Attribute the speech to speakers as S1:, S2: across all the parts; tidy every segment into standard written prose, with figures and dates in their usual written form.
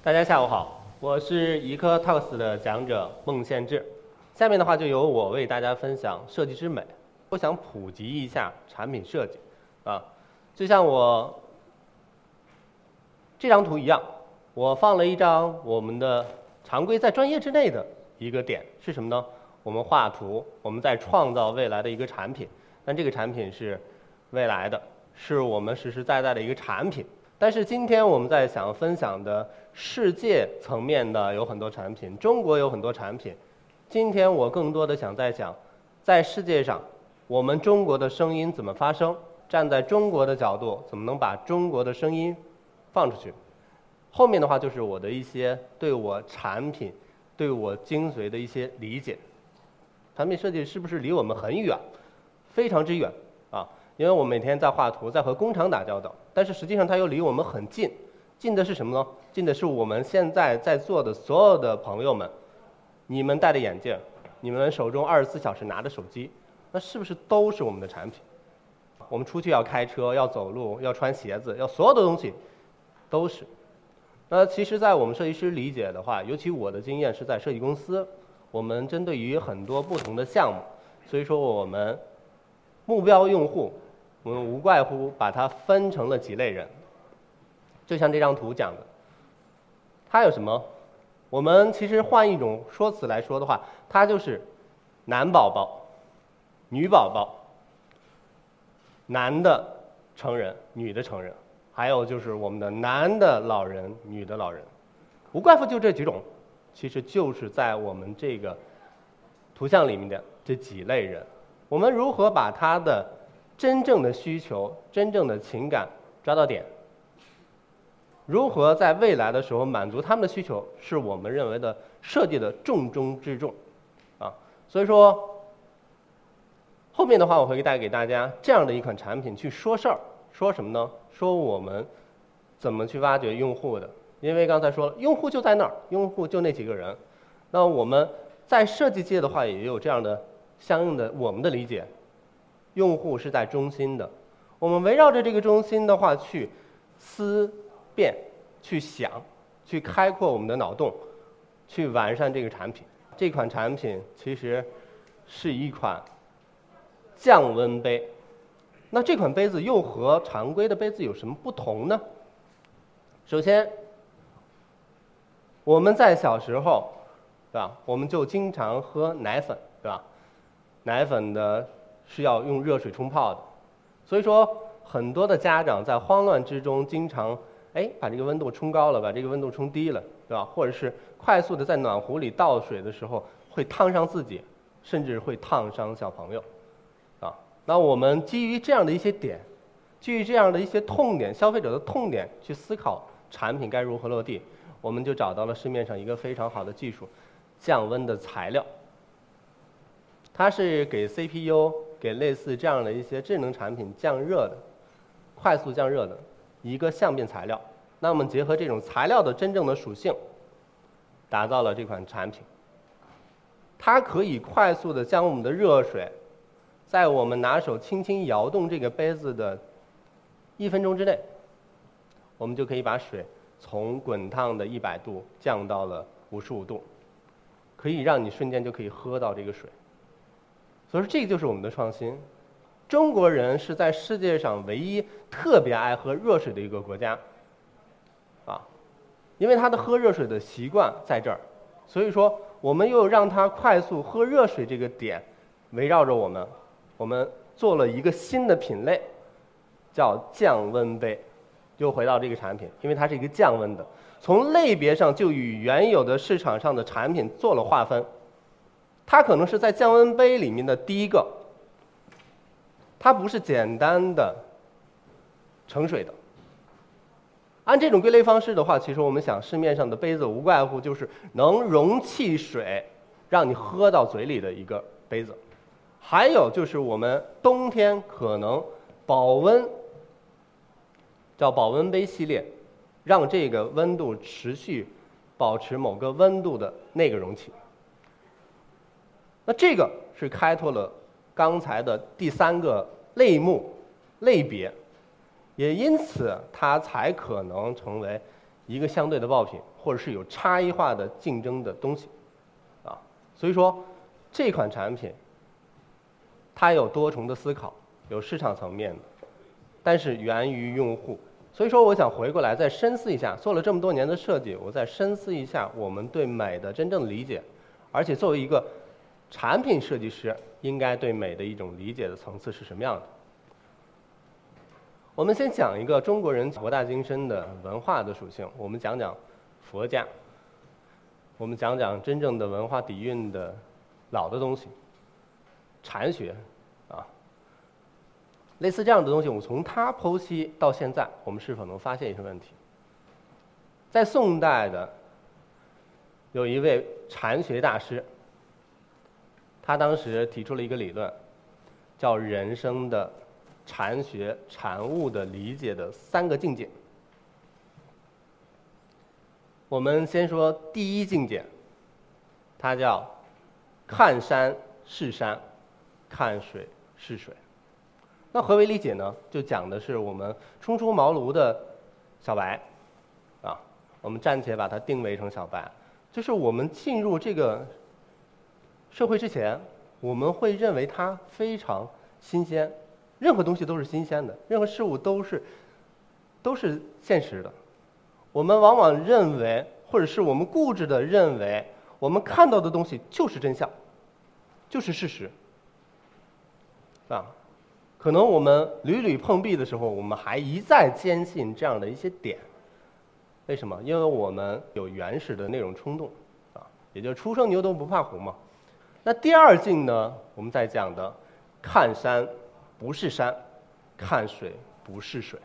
S1: 大家下午好，我是一科 Talks 的讲者孟宪志。下面的话就由我为大家分享设计之美。我想普及一下产品设计，就像我这张图一样，我放了一张我们的常规在专业之内的一个点是什么呢？我们画图，我们在创造未来的一个产品，但这个产品是未来的，是我们实实在在的一个产品。但是今天我们在想分享的世界层面的有很多产品，中国有很多产品。今天我更多的想在讲，在世界上我们中国的声音怎么发声，站在中国的角度怎么能把中国的声音放出去。后面的话就是我的一些对我产品对我精髓的一些理解。产品设计是不是离我们很远，非常之远啊？因为我每天在画图，在和工厂打交道，但是实际上它又离我们很近。近的是什么呢？近的是我们现在在座的所有的朋友们，你们戴的眼镜，你们手中24小时拿的手机，那是不是都是我们的产品？我们出去要开车，要走路，要穿鞋子，要所有的东西都是。那其实在我们设计师理解的话，尤其我的经验是在设计公司，我们针对于很多不同的项目，所以说我们目标用户我们无怪乎把它分成了几类人。就像这张图讲的，它有什么？我们其实换一种说辞来说的话，它就是男宝宝、女宝宝、男的成人、女的成人，还有就是我们的男的老人、女的老人，无怪乎就这几种，其实就是在我们这个图像里面的这几类人。我们如何把他的真正的需求、真正的情感抓到点？如何在未来的时候满足他们的需求，是我们认为的设计的重中之重，所以说，后面的话我会带给大家这样的一款产品去说事儿，说什么呢？说我们怎么去挖掘用户的，因为刚才说了，用户就在那儿，用户就那几个人。那我们在设计界的话，也有这样的相应的我们的理解，用户是在中心的，我们围绕着这个中心的话去思辨、去想、去开阔我们的脑洞，去完善这个产品。这款产品其实是一款降温杯。那这款杯子又和常规的杯子有什么不同呢？首先，我们在小时候，对吧？我们就经常喝奶粉，对吧？奶粉的是要用热水冲泡的，所以说很多的家长在慌乱之中，经常把这个温度冲高了，把这个温度冲低了，对吧？或者是快速的在暖壶里倒水的时候，会烫伤自己，甚至会烫伤小朋友，那我们基于这样的一些点，基于这样的一些痛点，消费者的痛点去思考产品该如何落地，我们就找到了市面上一个非常好的技术，降温的材料。它是给 CPU 给类似这样的一些智能产品降热的，快速降热的一个相变材料。那我们结合这种材料的真正的属性，打造了这款产品。它可以快速的将我们的热水，在我们拿手轻轻摇动这个杯子的1分钟之内，我们就可以把水从滚烫的100度降到了55度，可以让你瞬间就可以喝到这个水。所以说，这个就是我们的创新。中国人是在世界上唯一特别爱喝热水的一个国家，因为他的喝热水的习惯在这儿，所以说我们又让他快速喝热水这个点围绕着我们做了一个新的品类，叫降温杯。又回到这个产品，因为它是一个降温的，从类别上就与原有的市场上的产品做了划分。它可能是在降温杯里面的第一个，它不是简单的盛水的。按这种归类方式的话，其实我们想市面上的杯子无外乎就是能容器水，让你喝到嘴里的一个杯子。还有就是我们冬天可能保温，叫保温杯系列，让这个温度持续保持某个温度的那个容器。那这个是开拓了刚才的第3个类目类别，也因此它才可能成为一个相对的爆品，或者是有差异化的竞争的东西，啊，所以说这款产品它有多重的思考，有市场层面的，但是源于用户。所以说我想回过来再深思一下，做了这么多年的设计，我再深思一下我们对美的真正的理解，而且作为一个产品设计师应该对美的一种理解的层次是什么样的。我们先讲一个中国人博大精深的文化的属性，我们讲讲佛家，我们讲讲真正的文化底蕴的老的东西，禅学啊，类似这样的东西，我们从它剖析到现在，我们是否能发现一些问题？在宋代的有一位禅学大师，他当时提出了一个理论，叫人生的禅学禅悟的理解的3个境界。我们先说第一境界，它叫看山是山，看水是水。那何为理解呢？就讲的是我们初出茅庐的小白啊，我们暂且把它定位成小白，就是我们进入这个社会之前，我们会认为它非常新鲜，任何东西都是新鲜的，任何事物都是现实的。我们往往认为，或者是我们固执地认为，我们看到的东西就是真相，就是事实，啊，可能我们屡屡碰壁的时候，我们还一再坚信这样的一些点。为什么？因为我们有原始的那种冲动，啊，也就是初生牛犊不怕虎嘛。那第二境呢，我们在讲的看山不是山，看水不是水。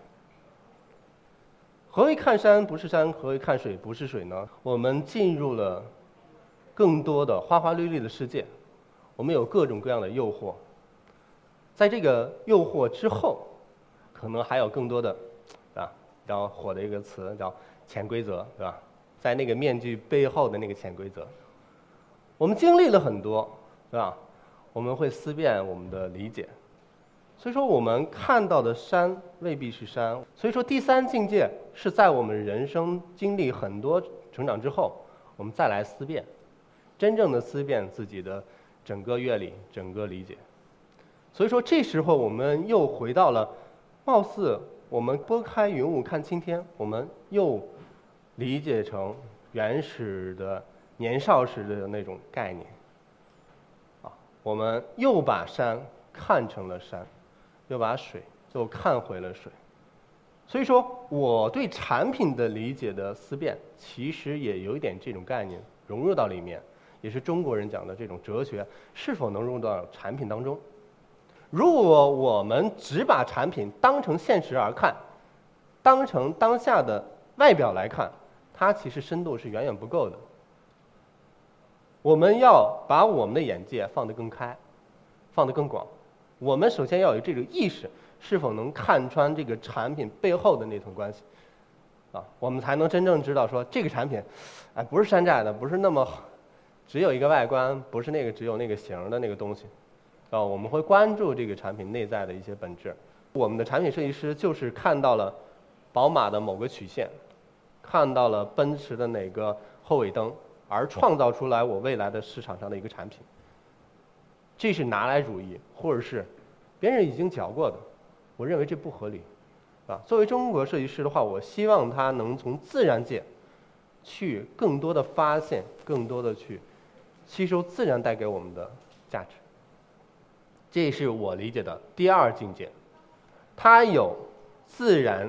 S1: 何为看山不是山？何为看水不是水呢？我们进入了更多的花花绿绿的世界，我们有各种各样的诱惑，在这个诱惑之后，可能还有更多的比较火的一个词叫潜规则，对吧？在那个面具背后的那个潜规则，我们经历了很多，对吧？我们会思辨我们的理解，所以说我们看到的山未必是山。所以说第3境界是在我们人生经历很多成长之后，我们再来思辨，真正的思辨自己的整个阅历、整个理解。所以说这时候我们又回到了，貌似我们拨开云雾看青天，我们又理解成原始的年少时的那种概念，啊，我们又把山看成了山，又把水又看回了水。所以说我对产品的理解的思辨，其实也有一点这种概念融入到里面，也是中国人讲的这种哲学是否能融入到产品当中。如果我们只把产品当成现实而看，当成当下的外表来看，它其实深度是远远不够的。我们要把我们的眼界放得更开，放得更广。我们首先要有这个意识，是否能看穿这个产品背后的那层关系，啊，我们才能真正知道说这个产品，哎，不是山寨的，不是那么只有一个外观，不是那个只有那个形的那个东西。我们会关注这个产品内在的一些本质。我们的产品设计师就是看到了宝马的某个曲线，看到了奔驰的哪个后尾灯，而创造出来我未来的市场上的一个产品。这是拿来主义，或者是别人已经嚼过的，我认为这不合理。作为中国设计师的话，我希望他能从自然界去更多的发现，更多的去吸收自然带给我们的价值。这是我理解的第2境界，它有自然，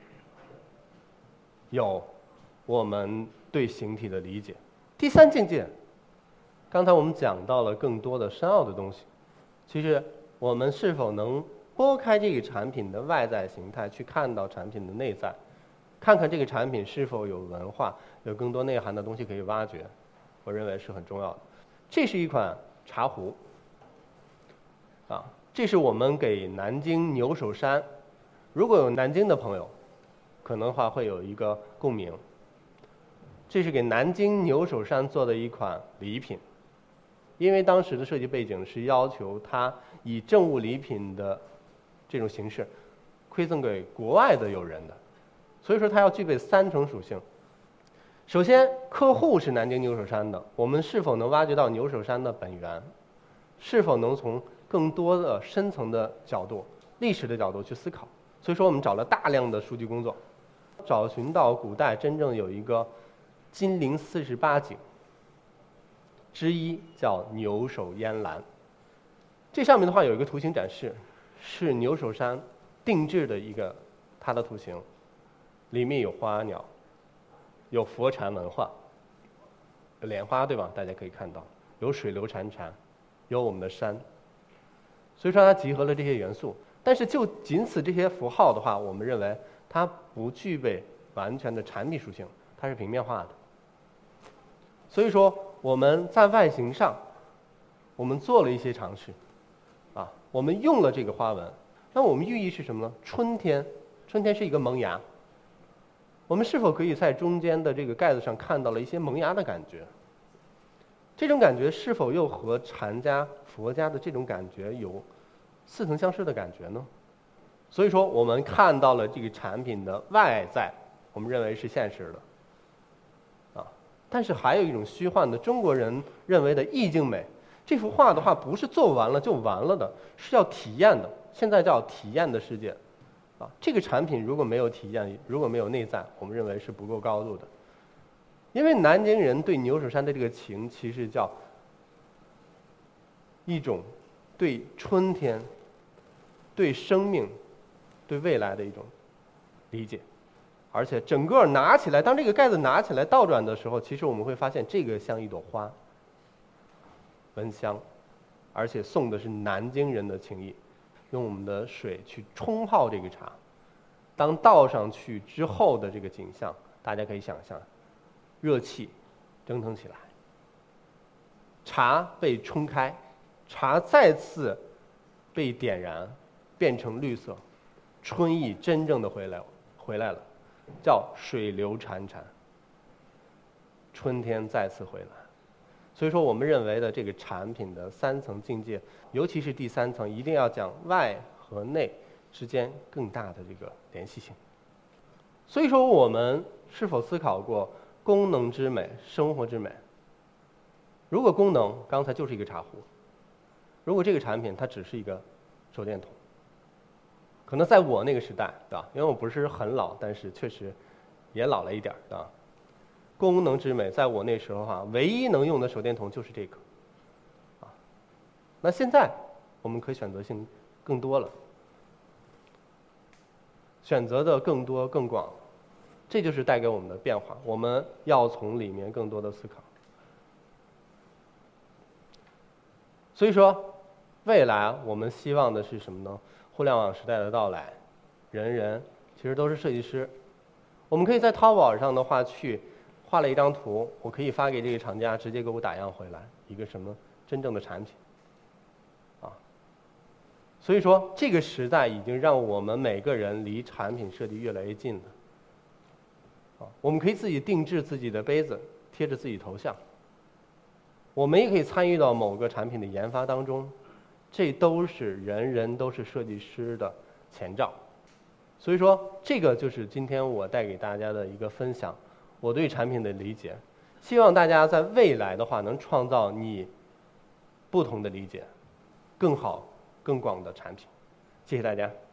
S1: 有我们对形体的理解。第3境界，刚才我们讲到了更多的深奥的东西，其实我们是否能拨开这个产品的外在形态，去看到产品的内在，看看这个产品是否有文化，有更多内涵的东西可以挖掘，我认为是很重要的。这是一款茶壶，这是我们给南京牛首山，如果有南京的朋友，可能的话会有一个共鸣。这是给南京牛首山做的一款礼品，因为当时的设计背景是要求它以政务礼品的这种形式馈赠给国外的友人的，所以说它要具备3重属性。 首先，客户是南京牛首山的，我们是否能挖掘到牛首山的本源？是否能从更多的深层的角度、历史的角度去思考？所以说，我们找了大量的数据工作，找寻到古代真正有一个金陵48景之一，叫牛首烟岚。这上面的话有一个图形展示，是牛首山定制的一个它的图形，里面有花鸟，有佛禅文化，有莲花，对吧？大家可以看到，有水流潺潺，有我们的山。所以说它集合了这些元素，但是就仅此这些符号的话，我们认为它不具备完全的产品属性，它是平面化的。所以说我们在外形上，我们做了一些尝试，我们用了这个花纹，那我们寓意是什么呢？春天，春天是一个萌芽，我们是否可以在中间的这个盖子上看到了一些萌芽的感觉？这种感觉是否又和禅家、佛家的这种感觉有似曾相识的感觉呢？所以说，我们看到了这个产品的外在，我们认为是现实的，但是还有一种虚幻的中国人认为的意境美。这幅画的话，不是做完了就完了的，是要体验的。现在叫体验的世界，这个产品如果没有体验，如果没有内在，我们认为是不够高度的。因为南京人对牛首山的这个情，其实叫一种对春天、对生命、对未来的一种理解。而且整个拿起来，当这个盖子拿起来倒转的时候，其实我们会发现这个像一朵花，闻香，而且送的是南京人的情谊，用我们的水去冲泡这个茶，当倒上去之后的这个景象，大家可以想象，热气蒸腾起来，茶被冲开，茶再次被点燃，变成绿色，春意真正的回来了，叫水流潺潺，春天再次回来。所以说，我们认为的这个产品的3层境界，尤其是第3层，一定要讲外和内之间更大的这个联系性。所以说，我们是否思考过功能之美、生活之美？如果功能刚才就是一个茶壶，如果这个产品它只是一个手电筒，可能在我那个时代，对吧？因为我不是很老，但是确实也老了一点，对吧？功能之美，在我那时候唯一能用的手电筒就是这个，那现在我们可选择性更多了，选择的更多更广，这就是带给我们的变化。我们要从里面更多的思考。所以说，未来我们希望的是什么呢？互联网时代的到来，人人其实都是设计师。我们可以在淘宝上的话去画了一张图，我可以发给这个厂家，直接给我打样回来一个什么真正的产品，所以说这个时代已经让我们每个人离产品设计越来越近了。我们可以自己定制自己的杯子，贴着自己头像。我们也可以参与到某个产品的研发当中，这都是人人都是设计师的前兆。所以说，这个就是今天我带给大家的一个分享，我对产品的理解。希望大家在未来的话，能创造你不同的理解，更好、更广的产品。谢谢大家。